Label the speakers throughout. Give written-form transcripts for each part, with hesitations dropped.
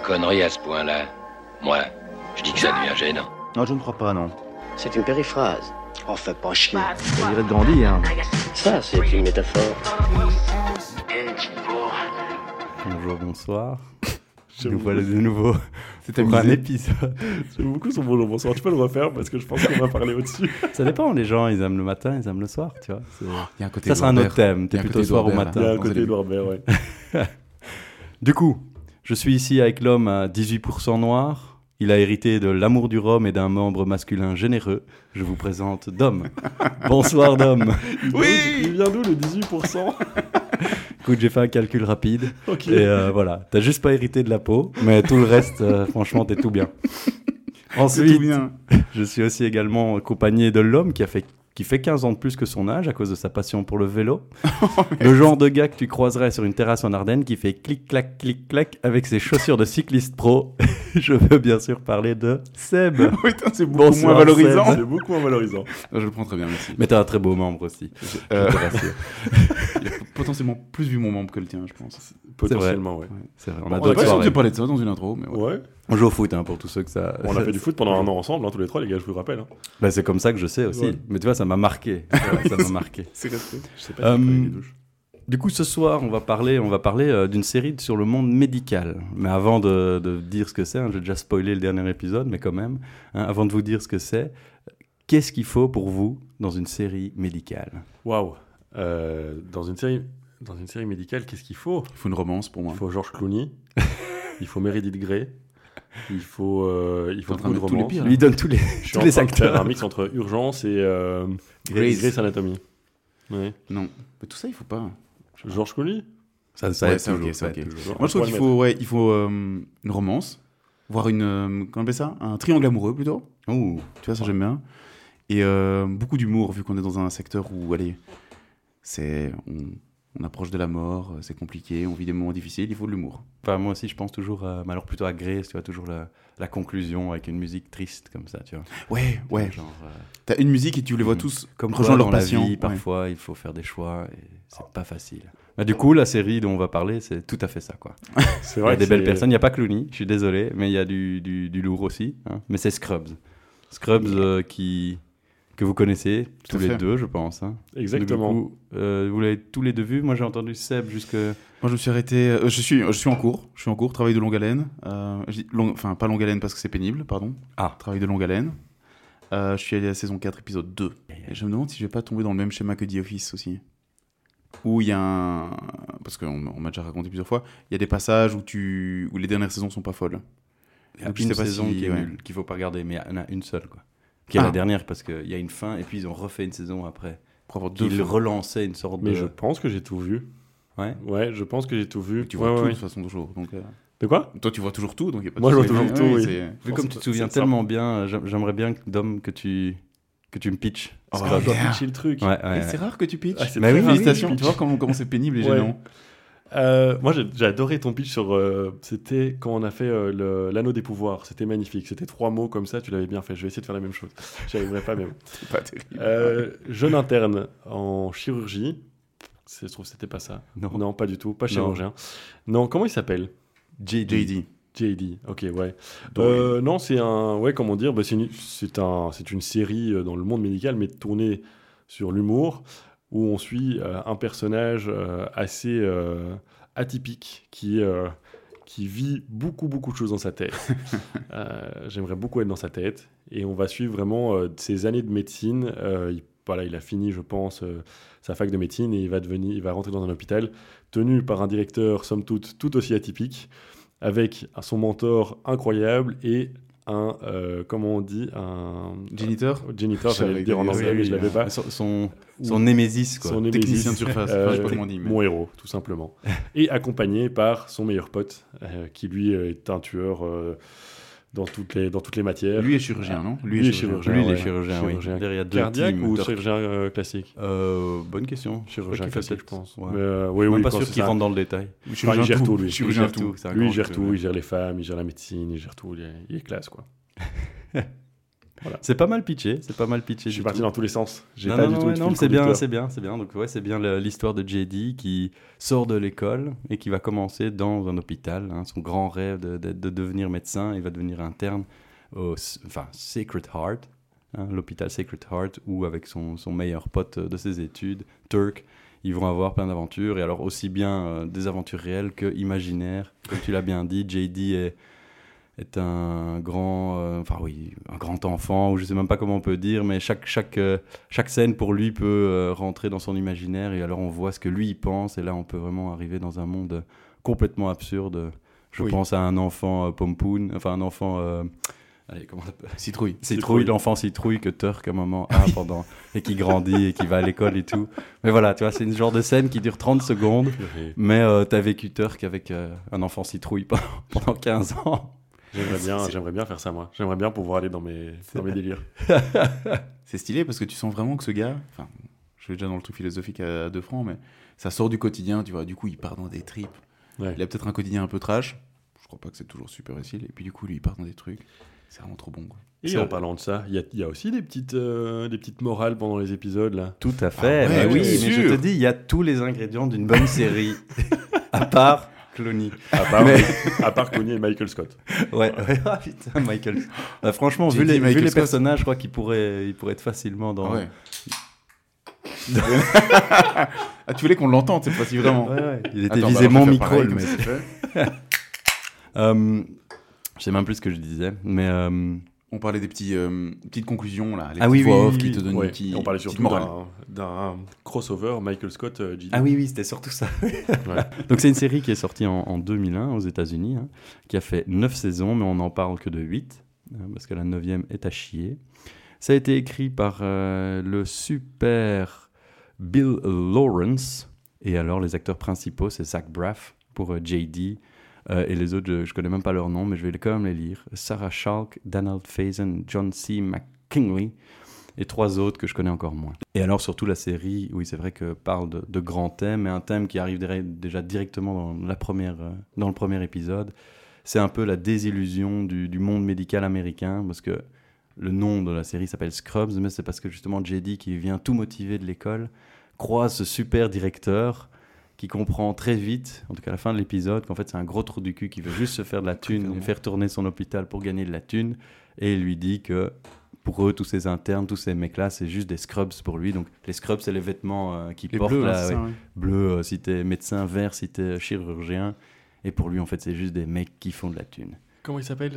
Speaker 1: conneries à ce point-là, moi, je dis que ça devient gênant.
Speaker 2: Non, je ne crois pas, non.
Speaker 3: C'est une périphrase. Oh, fais pas chier.
Speaker 2: On dirait de grandir, hein.
Speaker 3: Ça, c'est une métaphore.
Speaker 4: Bonjour, bonsoir. Nous voilà de nouveau.
Speaker 5: C'était
Speaker 4: pour un épisode.
Speaker 5: J'aime beaucoup son bonjour, bonsoir. Tu peux le refaire parce que je pense qu'on va parler au-dessus.
Speaker 4: Ça dépend, les gens, ils aiment le matin, ils aiment le soir, tu vois.
Speaker 5: Il
Speaker 4: y
Speaker 5: a un côté
Speaker 4: ça, c'est un autre thème. T'es plutôt soir ou matin.
Speaker 5: Il y a un côté Edouard Baird, ouais.
Speaker 4: Du coup, je suis ici avec l'homme à 18% noir. Il a hérité de l'amour du rhum et d'un membre masculin généreux. Je vous présente Dom. Bonsoir, Dom.
Speaker 5: Il vient d'où le 18%?
Speaker 4: Écoute, j'ai fait un calcul rapide.
Speaker 5: Ok.
Speaker 4: Et voilà, t'as juste pas hérité de la peau, mais tout le reste, franchement, t'es tout bien. Ensuite,
Speaker 5: tout bien.
Speaker 4: Je suis aussi également accompagné de l'homme qui fait 15 ans de plus que son âge à cause de sa passion pour le vélo. Le genre de gars que tu croiserais sur une terrasse en Ardennes qui fait clic-clac avec ses chaussures de cycliste pro. Je veux bien sûr parler de Seb.
Speaker 5: Putain, c'est beaucoup moins valorisant.
Speaker 4: Seb.
Speaker 5: C'est beaucoup moins valorisant.
Speaker 6: Je le prends très bien, merci.
Speaker 4: Mais t'as un très beau membre aussi. Je te rassure.
Speaker 6: Il a potentiellement plus vu mon membre que le tien, je pense.
Speaker 5: Potentiellement, ouais.
Speaker 4: C'est vrai.
Speaker 6: On a pas sûr de parler de ça dans une intro, mais ouais.
Speaker 4: On joue au foot, pour tous ceux que ça...
Speaker 5: On a fait du foot pendant un an ensemble, tous les trois, les gars, je vous le rappelle.
Speaker 4: Bah, c'est comme ça que je sais aussi.
Speaker 5: Ouais.
Speaker 4: Mais tu vois, ça m'a marqué. Ça m'a marqué.
Speaker 5: C'est resté. Je sais pas si les douches.
Speaker 4: Du coup, ce soir, on va parler d'une série sur le monde médical. Mais avant de dire ce que c'est, j'ai déjà spoilé le dernier épisode, mais quand même, avant de vous dire ce que c'est, qu'est-ce qu'il faut pour vous dans une série médicale ?
Speaker 5: Waouh. Dans une série médicale, qu'est-ce qu'il faut ?
Speaker 6: Il faut une romance pour moi.
Speaker 5: Il faut George Clooney. Il faut Meredith Grey. Il faut beaucoup de
Speaker 6: tous les
Speaker 5: romance.
Speaker 6: pires.
Speaker 4: Lui donne tous les
Speaker 5: Je suis en
Speaker 4: tous les
Speaker 5: train de faire
Speaker 4: acteurs.
Speaker 5: un mix entre Urgence et Grey's Anatomy. Ouais.
Speaker 6: Non, mais tout ça, il faut pas.
Speaker 5: George Clooney.
Speaker 4: Ça
Speaker 6: Ouais,
Speaker 4: aide
Speaker 6: c'est
Speaker 4: toujours,
Speaker 6: ok,
Speaker 4: ça
Speaker 6: c'est
Speaker 4: aide
Speaker 6: ok.
Speaker 4: toujours.
Speaker 6: Moi, je trouve qu'il faut une romance, voire comment on appelle ça ? Un triangle amoureux plutôt.
Speaker 4: Ouh.
Speaker 6: Tu vois, ça j'aime bien. Et beaucoup d'humour, vu qu'on est dans un secteur où, allez, on approche de la mort, c'est compliqué, on vit des moments difficiles, il faut de l'humour.
Speaker 4: Enfin, moi aussi, je pense toujours, mais alors plutôt à Grace, tu vois, toujours la conclusion avec une musique triste comme ça, tu vois.
Speaker 6: Ouais.
Speaker 4: Genre,
Speaker 6: T'as une musique et tu les vois tous
Speaker 4: comme
Speaker 6: rejoindre
Speaker 4: dans
Speaker 6: leurs
Speaker 4: la
Speaker 6: patients.
Speaker 4: vie, parfois, il faut faire des choix et c'est pas facile. Bah, du coup, la série dont on va parler, c'est tout à fait ça, quoi.
Speaker 5: C'est
Speaker 4: Il y
Speaker 5: vrai
Speaker 4: a des
Speaker 5: que
Speaker 4: belles
Speaker 5: c'est-
Speaker 4: personnes, il n'y a pas Clooney, je suis désolé, mais il y a du lourd aussi. Mais c'est Scrubs. Scrubs que vous connaissez,
Speaker 6: Tout
Speaker 4: tous
Speaker 6: à
Speaker 4: les
Speaker 6: fait.
Speaker 4: deux, je pense.
Speaker 5: Exactement.
Speaker 4: Du coup, vous l'avez tous les deux vu. Moi, j'ai entendu Seb jusque...
Speaker 6: Moi, je me suis arrêté. Je suis en cours. Je suis en cours, travail de longue haleine. Enfin, pas longue haleine parce que c'est pénible, pardon.
Speaker 4: Ah.
Speaker 6: Travail de longue haleine. Je suis allé à la saison 4, épisode 2. Et je me demande si je vais pas tomber dans le même schéma que The Office aussi. Où il y a un. Parce qu'on m'a déjà raconté plusieurs fois, il y a des passages où les dernières saisons sont pas folles.
Speaker 4: Il y a
Speaker 6: Donc, je
Speaker 4: une
Speaker 6: sais pas
Speaker 4: saison
Speaker 6: si-
Speaker 4: qui est
Speaker 6: ouais.
Speaker 4: nulle, qu'il faut pas regarder, mais il y en a une seule, quoi. Qui est
Speaker 6: Ah.
Speaker 4: la dernière, parce qu'il y a une fin, et puis ils ont refait une saison après.
Speaker 6: Pour avoir deux
Speaker 4: Ils
Speaker 6: fins.
Speaker 4: relançaient une sorte
Speaker 5: Mais
Speaker 4: de...
Speaker 5: je pense que j'ai tout vu.
Speaker 4: Ouais.
Speaker 5: Ouais, je pense que j'ai tout vu.
Speaker 6: Tu vois
Speaker 5: Ouais,
Speaker 6: tout
Speaker 5: ouais.
Speaker 6: de toute façon toujours. Donc,
Speaker 5: De quoi ?
Speaker 6: toi, tu vois toujours tout. Donc y a pas de
Speaker 5: Moi, je vois
Speaker 6: souci.
Speaker 5: toujours tout, oui.
Speaker 6: c'est-
Speaker 4: Vu comme tu te souviens
Speaker 5: c'est ça.
Speaker 4: tellement bien, j'aimerais bien, Dom, que tu me pitches.
Speaker 6: Oh,
Speaker 5: Ça doit
Speaker 6: yeah.
Speaker 5: pitcher le truc.
Speaker 4: Ouais,
Speaker 6: Mais c'est rare que tu pitches.
Speaker 5: Ah, c'est
Speaker 4: Mais
Speaker 5: très
Speaker 4: oui,
Speaker 5: rare.
Speaker 6: Félicitations.
Speaker 5: Oui,
Speaker 6: Tu vois comment c'est pénible et
Speaker 5: Ouais.
Speaker 6: gênant.
Speaker 5: Moi, j'ai adoré ton pitch sur. C'était quand on a fait l'anneau des pouvoirs. C'était magnifique. C'était 3 mots comme ça. Tu l'avais bien fait. Je vais essayer de faire la même chose. J'y arriverai pas même.
Speaker 6: C'est pas terrible.
Speaker 5: Jeune interne en chirurgie. Je trouve que c'était pas ça.
Speaker 4: Non.
Speaker 5: Non, pas du tout. Pas
Speaker 4: Non.
Speaker 5: chirurgien. Non, comment il s'appelle ?
Speaker 6: JD.
Speaker 5: JD. Ok, ouais.
Speaker 6: Dory.
Speaker 5: Non, c'est un. Ouais, comment dire ? C'est une série dans le monde médical, mais tournée sur l'humour, où on suit un personnage assez atypique qui vit beaucoup de choses dans sa tête. J'aimerais beaucoup être dans sa tête. Et on va suivre vraiment ses années de médecine. Il a fini, je pense, sa fac de médecine et il va rentrer dans un hôpital tenu par un directeur, somme toute, tout aussi atypique, avec son mentor incroyable et un, comment on dit, un...
Speaker 6: Géniteur.
Speaker 5: Géniteur, j'allais le dire en
Speaker 6: Oui,
Speaker 5: anglais,
Speaker 6: oui,
Speaker 5: mais je l'avais pas.
Speaker 4: Son némésis, quoi.
Speaker 5: Son némésis,
Speaker 6: Technicien de surface. Enfin, je sais pas comment on dit. Mais...
Speaker 5: mon héros, tout simplement. Et accompagné par son meilleur pote, qui lui est un tueur dans toutes les matières.
Speaker 6: Lui est chirurgien, non
Speaker 5: Lui est chirurgien.
Speaker 4: Lui, il est
Speaker 5: ouais.
Speaker 4: chirurgien, oui.
Speaker 5: Chirurgien
Speaker 4: Derrière, il y a deux
Speaker 5: cardiaque
Speaker 4: teams.
Speaker 5: ou chirurgien classique
Speaker 4: Bonne question.
Speaker 5: Chirurgien
Speaker 4: Je crois qu'il fait
Speaker 5: classique, je
Speaker 4: peut-être-
Speaker 5: pense.
Speaker 4: Ouais.
Speaker 5: Mais,
Speaker 4: Je suis même pas
Speaker 5: quand
Speaker 4: sûr
Speaker 5: c'est
Speaker 4: qu'il
Speaker 5: ça.
Speaker 4: rentre dans le détail.
Speaker 5: Enfin, il gère tout, lui.
Speaker 6: Chirurgien
Speaker 4: Il gère tout, c'est un
Speaker 5: Lui, il
Speaker 4: grand
Speaker 5: gère
Speaker 4: chirurgien.
Speaker 5: tout, il gère les femmes, il gère la médecine, il gère tout, il est classe, quoi. Voilà.
Speaker 4: C'est pas mal pitché.
Speaker 5: Je suis parti dans tous les sens. J'ai
Speaker 4: Non,
Speaker 5: pas
Speaker 4: non,
Speaker 5: du tout
Speaker 4: ouais,
Speaker 5: de
Speaker 4: non,
Speaker 5: fil
Speaker 4: c'est bien.
Speaker 5: conducteur.
Speaker 4: Donc ouais, c'est bien l'histoire de JD qui sort de l'école et qui va commencer dans un hôpital. Son grand rêve de devenir médecin, il va devenir interne au Sacred Heart, l'hôpital Sacred Heart, où avec son meilleur pote de ses études, Turk, ils vont avoir plein d'aventures. Et alors aussi bien des aventures réelles que imaginaires. Comme tu l'as bien dit, JD est un grand, un grand enfant, ou je sais même pas comment on peut dire, mais chaque scène pour lui peut rentrer dans son imaginaire, et alors on voit ce que lui il pense, et là on peut vraiment arriver dans un monde complètement absurde. Je pense à un enfant Pompoun, enfin un enfant, comment on appelle ? Citrouille, l'enfant citrouille que Turk à un moment a pendant, et qui grandit et qui va à l'école et tout. Mais voilà, tu vois, c'est une genre de scène qui dure 30 secondes, mais t'as vécu Turk avec un enfant citrouille pendant 15 ans.
Speaker 5: J'aimerais bien faire ça, moi. J'aimerais bien pouvoir aller dans mes délires.
Speaker 6: C'est stylé parce que tu sens vraiment que ce gars, enfin, je vais déjà dans le truc philosophique à 2 francs, mais ça sort du quotidien, tu vois. Du coup, il part dans des tripes.
Speaker 5: Ouais.
Speaker 6: Il a peut-être un quotidien un peu trash. Je crois pas que c'est toujours super facile. Et puis du coup, lui, il part dans des trucs. C'est vraiment trop bon, quoi.
Speaker 5: Et en parlant de ça, il y a aussi des petites morales pendant les épisodes, là.
Speaker 4: Tout à fait.
Speaker 6: Ah ouais,
Speaker 4: mais oui,
Speaker 6: bien
Speaker 4: mais
Speaker 6: sûr.
Speaker 4: je te dis, il y a tous les ingrédients d'une bonne série, à part Clooney.
Speaker 5: À part Clooney et Michael Scott.
Speaker 4: Ouais. Ah putain, Michael. Franchement,
Speaker 6: J'ai
Speaker 4: vu
Speaker 6: dit
Speaker 4: les
Speaker 6: Michael Scott.
Speaker 4: personnages, je crois qu'il pourrait être facilement dans.
Speaker 6: Ah ouais. Ah, tu voulais qu'on l'entende cette fois-ci, vraiment.
Speaker 4: Ouais. Il était
Speaker 6: Attends,
Speaker 4: visé
Speaker 6: bah alors,
Speaker 4: mon
Speaker 6: je vais
Speaker 4: micro,
Speaker 6: faire pareil,
Speaker 4: le
Speaker 6: comme
Speaker 4: mec.
Speaker 6: ça, c'est fait.
Speaker 4: Je sais même plus ce que je disais, mais
Speaker 6: On parlait des petites conclusions, là. Les
Speaker 4: Ah
Speaker 6: petites
Speaker 4: oui,
Speaker 6: voix
Speaker 4: oui,
Speaker 6: off
Speaker 4: oui,
Speaker 6: qui
Speaker 4: oui.
Speaker 6: te donnent
Speaker 5: Ouais.
Speaker 6: une petite
Speaker 5: Et on parlait
Speaker 6: petite
Speaker 5: surtout
Speaker 6: morale.
Speaker 5: d'un crossover Michael Scott JD.
Speaker 4: ah oui, c'était surtout ça.
Speaker 5: Ouais.
Speaker 4: Donc c'est une série qui est sortie en 2001 aux États-Unis, qui a fait 9 saisons, mais on n'en parle que de 8, parce que la 9e est à chier. Ça a été écrit par le super Bill Lawrence, et alors les acteurs principaux, c'est Zach Braff pour JD, et les autres, je connais même pas leur nom, mais je vais quand même les lire. Sarah Chalk, Donald Faison, John C. McKinley, et 3 autres que je connais encore moins. Et alors surtout la série, oui c'est vrai que parle de grands thèmes, mais un thème qui arrive déjà directement dans le premier épisode, c'est un peu la désillusion du monde médical américain, parce que le nom de la série s'appelle Scrubs, mais c'est parce que justement JD, qui vient tout motivé de l'école, croise ce super directeur qui comprend très vite, en tout cas à la fin de l'épisode, qu'en fait c'est un gros trou du cul qui veut juste se faire de la thune et faire tourner son hôpital pour gagner de la thune, et il lui dit que pour eux, tous ces internes, tous ces mecs-là, c'est juste des scrubs pour lui. Donc les scrubs, c'est les vêtements qu'ils
Speaker 6: Les
Speaker 4: portent.
Speaker 6: bleus,
Speaker 4: là,
Speaker 6: c'est ça,
Speaker 4: ouais.
Speaker 6: ouais.
Speaker 4: Bleu si t'es médecin, vert si t'es chirurgien, et pour lui en fait c'est juste des mecs qui font de la thune.
Speaker 5: Comment il s'appelle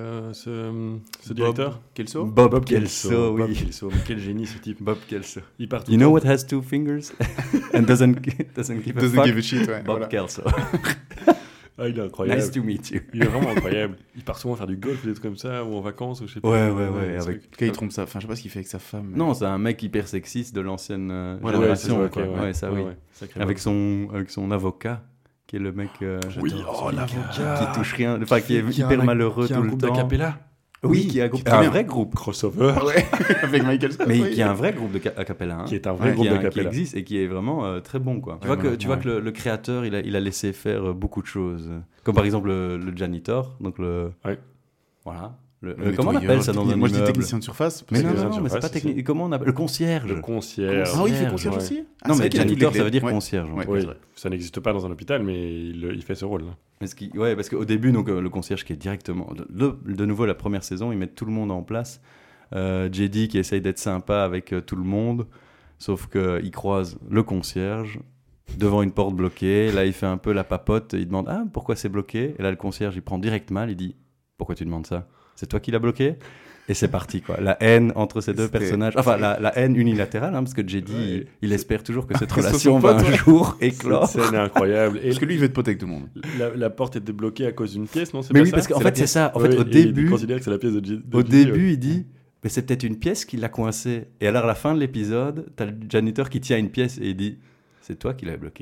Speaker 5: ce directeur
Speaker 6: Kelso.
Speaker 4: Bob Kelso,
Speaker 5: Bob
Speaker 4: oui.
Speaker 5: Kelso. Mais quel génie ce type.
Speaker 4: Bob Kelso.
Speaker 5: Il part tout
Speaker 4: You
Speaker 5: le
Speaker 4: know
Speaker 5: temps.
Speaker 4: what has 2 fingers and doesn't give a
Speaker 6: Doesn't
Speaker 4: fuck?
Speaker 6: give a shit, ouais.
Speaker 4: Bob
Speaker 6: Voilà.
Speaker 4: Kelso.
Speaker 5: Ah, il est incroyable.
Speaker 4: Nice to meet you.
Speaker 5: Il est vraiment incroyable. Il part souvent faire du golf, des trucs comme ça, ou en vacances, ou je sais pas.
Speaker 4: Ouais,
Speaker 5: des
Speaker 4: avec-
Speaker 5: trucs.
Speaker 6: Quand il trompe ça, enfin, je sais pas ce qu'il fait avec sa femme. mais-
Speaker 4: Non, c'est un mec hyper sexiste de l'ancienne
Speaker 6: Voilà,
Speaker 4: génération.
Speaker 5: ouais, c'est ça,
Speaker 4: quoi.
Speaker 5: ok,
Speaker 4: Ouais, ça oui.
Speaker 5: Sacré
Speaker 4: Avec son avocat, qui est le mec
Speaker 5: Oui, oh, l'avocat.
Speaker 4: qui touche rien, enfin qui est hyper malheureux
Speaker 5: qui a
Speaker 4: tout
Speaker 5: un
Speaker 4: le
Speaker 5: groupe
Speaker 4: temps.
Speaker 5: d'acapella.
Speaker 4: Oui, qui a
Speaker 6: qui est
Speaker 4: un
Speaker 6: très
Speaker 4: vrai groupe.
Speaker 5: Crossover.
Speaker 6: Ouais, avec Michael Scott.
Speaker 4: Mais
Speaker 6: oui.
Speaker 4: qui a un vrai groupe a cappella. Hein.
Speaker 5: Qui est un vrai
Speaker 6: Ouais,
Speaker 5: groupe
Speaker 4: qui
Speaker 5: d'acapella.
Speaker 4: existe et qui est vraiment très bon. Quoi. Tu
Speaker 6: Ouais,
Speaker 4: vois que
Speaker 6: ouais.
Speaker 4: le créateur, il a laissé faire beaucoup de choses. Comme par exemple le janitor. Donc
Speaker 5: Ouais.
Speaker 4: Voilà.
Speaker 6: Le
Speaker 4: Comment on
Speaker 6: nettoyeur,
Speaker 4: appelle ça dans un
Speaker 6: moi je dis
Speaker 4: immeuble?
Speaker 6: technicien de surface.
Speaker 4: Mais
Speaker 6: parce
Speaker 4: non,
Speaker 6: que-
Speaker 4: non, mais c'est pas
Speaker 5: surface,
Speaker 4: technique. Comment on appelle? Le concierge.
Speaker 5: Le concierge.
Speaker 6: Ah oui, il fait concierge
Speaker 5: ouais.
Speaker 6: aussi. Ah,
Speaker 4: Non,
Speaker 6: c'est
Speaker 4: mais
Speaker 6: vrai qu'il a
Speaker 4: janitor,
Speaker 6: toutes les
Speaker 4: ça veut dire
Speaker 6: clés.
Speaker 4: concierge.
Speaker 6: Ouais.
Speaker 5: Oui,
Speaker 6: c'est vrai.
Speaker 5: ça n'existe pas dans un hôpital, mais il fait ce rôle.
Speaker 4: Ouais, parce qu'au début, donc, le concierge qui est directement... De nouveau, la première saison, ils mettent tout le monde en place. JD qui essaye d'être sympa avec tout le monde, sauf qu'il croise le concierge devant une porte bloquée. Là, il fait un peu la papote. Il demande « Ah, pourquoi c'est bloqué ?» Et là, le concierge, il prend direct mal. Il dit « Pourquoi tu demandes ça? C'est toi qui l'as bloqué ?» Et c'est parti, quoi. La haine entre ces deux
Speaker 6: C'était-
Speaker 4: personnages. Enfin, la haine unilatérale, hein, parce que JD,
Speaker 5: Ouais.
Speaker 4: il espère toujours que cette
Speaker 6: Sur son
Speaker 4: relation va
Speaker 6: pote,
Speaker 4: un
Speaker 6: ouais.
Speaker 4: jour
Speaker 5: Cette
Speaker 4: éclore.
Speaker 5: scène est incroyable. Et
Speaker 6: Parce que lui, il veut être pote avec tout le monde.
Speaker 5: la porte était bloquée à cause d'une pièce, non? C'est
Speaker 4: Mais
Speaker 5: pas
Speaker 4: oui,
Speaker 5: ça
Speaker 4: parce qu'en
Speaker 5: C'est
Speaker 4: fait,
Speaker 5: la
Speaker 4: c'est
Speaker 5: pièce.
Speaker 4: ça. En fait,
Speaker 5: Ouais,
Speaker 4: au
Speaker 5: et
Speaker 4: début...
Speaker 5: il considère que c'est la pièce de JD.
Speaker 4: Au début, il dit mais c'est peut-être une pièce qui l'a coincé. Et alors, à la fin de l'épisode, t'as le janitor qui tient une pièce et il dit c'est toi qui l'as bloqué.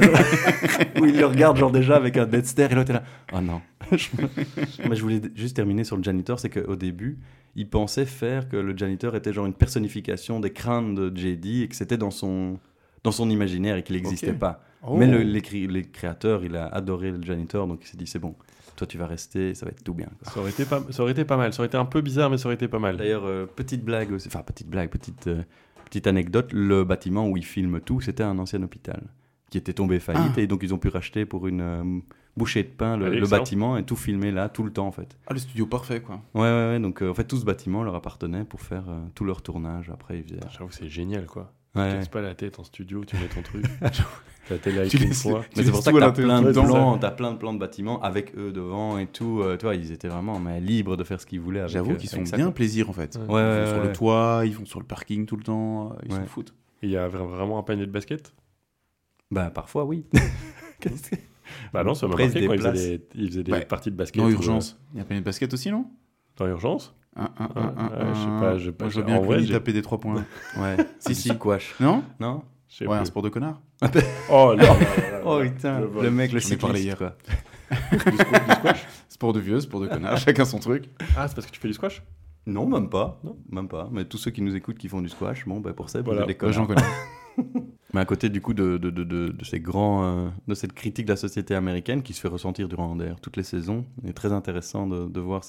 Speaker 4: Ou il le regarde genre déjà avec un dead stare et l'autre est là oh non. Mais je voulais juste terminer sur le janitor, c'est qu'au début, il pensait faire que le janitor était genre une personnification des craintes de JD et que c'était dans son imaginaire et qu'il n'existait
Speaker 6: Ok.
Speaker 4: pas.
Speaker 6: Oh.
Speaker 4: Mais les créateurs, il a adoré le janitor, donc il s'est dit c'est bon. toi tu vas rester, ça va être tout bien. Quoi.
Speaker 5: Ça aurait été pas mal. Ça aurait été un peu bizarre, mais ça aurait été pas mal.
Speaker 4: D'ailleurs, petite anecdote, le bâtiment où ils filment tout, c'était un ancien hôpital qui était tombé faillite et donc ils ont pu racheter pour une bouchée de pain le bâtiment et tout filmer là, tout le temps en fait.
Speaker 6: Ah, le studio parfait quoi.
Speaker 4: Ouais, donc en fait tout ce bâtiment leur appartenait pour faire tout leur tournage. Après ils faisaient...
Speaker 5: J'avoue, c'est génial quoi.
Speaker 4: Ouais.
Speaker 5: Tu te casses pas la tête en studio, tu mets ton truc. La télé avec une fois.
Speaker 4: Mais c'est pour ça que t'as plein de plans de bâtiments avec eux devant et tout. Tu vois, ils étaient vraiment libres de faire ce qu'ils voulaient. Avec,
Speaker 6: j'avoue qu'ils sont bien plaisir en fait.
Speaker 5: Ouais.
Speaker 6: Ils vont sur le toit, ils vont sur le parking tout le temps, ils s'en foutent.
Speaker 5: Et il y a vraiment un panier de basket?
Speaker 4: Bah parfois oui.
Speaker 5: Bah non, ça m'a marqué quand ils faisaient des parties de basket.
Speaker 6: Dans Urgence. Il y a un panier de basket aussi, non?
Speaker 5: Dans Urgence?
Speaker 6: Je sais pas, je veux bien que lui taper des 3 points.
Speaker 4: Ouais. Si. Squash. Non?
Speaker 6: Ouais, un sport de connard.
Speaker 5: Oh non.
Speaker 4: Oh putain, le mec, le
Speaker 6: cycliste,
Speaker 4: parlé hier quoi.
Speaker 5: Du squash?
Speaker 6: Sport de vieux, sport de connard, chacun son truc.
Speaker 5: Ah, c'est parce que tu fais du squash?
Speaker 4: Non, même pas. Mais tous ceux qui nous écoutent qui font du squash, bon, bah pour ça,
Speaker 5: voilà.
Speaker 4: des connards.
Speaker 6: J'en connais.
Speaker 4: Mais à côté du coup de ces grands, de cette critique de la société américaine qui se fait ressentir durant d'ailleurs toutes les saisons, il est très intéressant de voir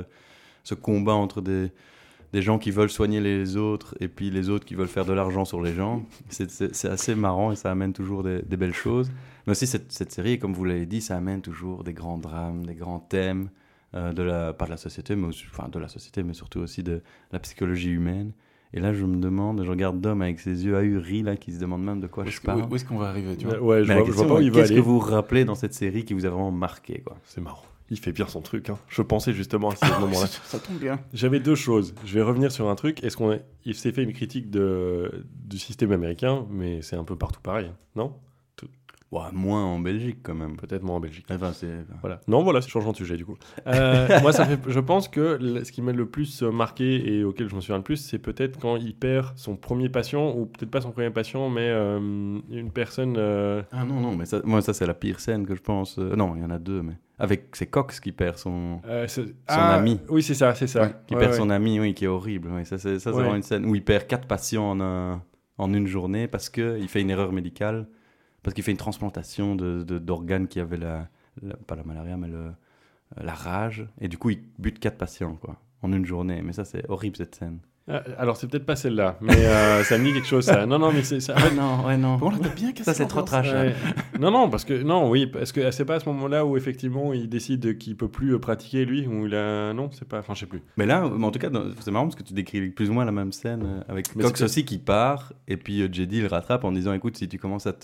Speaker 4: ce combat entre des gens qui veulent soigner les autres et puis les autres qui veulent faire de l'argent sur les gens. C'est assez marrant et ça amène toujours des belles choses. Mais aussi cette série, comme vous l'avez dit, ça amène toujours des grands drames, des grands thèmes pas de la société, mais aussi, de la société, mais surtout aussi de la psychologie humaine. Et là, je regarde Dom avec ses yeux ahuris, là, qui se demande même de quoi je parle.
Speaker 6: Où est-ce qu'on va arriver, tu vois?
Speaker 5: Ouais, je vois pas où il va aller.
Speaker 4: Qu'est-ce que vous vous rappelez dans cette série qui vous a vraiment marqué, quoi?
Speaker 5: C'est marrant. Il fait bien son truc. Hein. Je pensais justement à ce moment-là.
Speaker 6: Ça tombe bien.
Speaker 5: J'avais 2 choses. Je vais revenir sur un truc. Il s'est fait une critique du système américain, mais c'est un peu partout pareil, non?
Speaker 4: Ouais, moins en Belgique quand même.
Speaker 5: Peut-être moins en Belgique.
Speaker 4: Enfin,
Speaker 5: voilà. Non, voilà, c'est changeant de sujet du coup. Moi, je pense que ce qui m'a le plus marqué et auquel je me souviens le plus, c'est peut-être quand il perd son premier patient, ou peut-être pas son premier patient, mais une personne...
Speaker 4: Ah non, mais ça c'est la pire scène que je pense. Non, il y en a 2, mais... Avec c'est Cox qui perd son ami.
Speaker 5: Oui, c'est ça.
Speaker 4: Ouais, qui perd son ami, oui, qui est horrible. Oui, ça c'est vraiment une scène où il perd 4 patients en une journée parce qu'il fait une erreur médicale. Parce qu'il fait une transplantation d'organes qui avaient pas la malaria, mais la rage. Et du coup, il bute 4 patients, quoi, en une journée. Mais ça, c'est horrible, cette scène.
Speaker 5: Alors, c'est peut-être pas celle-là, mais ça me dit quelque chose, ça. Non, mais c'est ça.
Speaker 4: Non.
Speaker 6: Bon, là, t'as bien cassé.
Speaker 4: Ça, c'est trop trash.
Speaker 5: Ouais. Parce que c'est pas à ce moment-là où, effectivement, il décide qu'il peut plus pratiquer, lui, ou il a... Non, c'est pas... Enfin, je sais plus.
Speaker 4: Mais là, en tout cas, c'est marrant parce que tu décris plus ou moins la même scène avec Cox aussi qui part, et puis JD le rattrape en disant, écoute, si tu commences à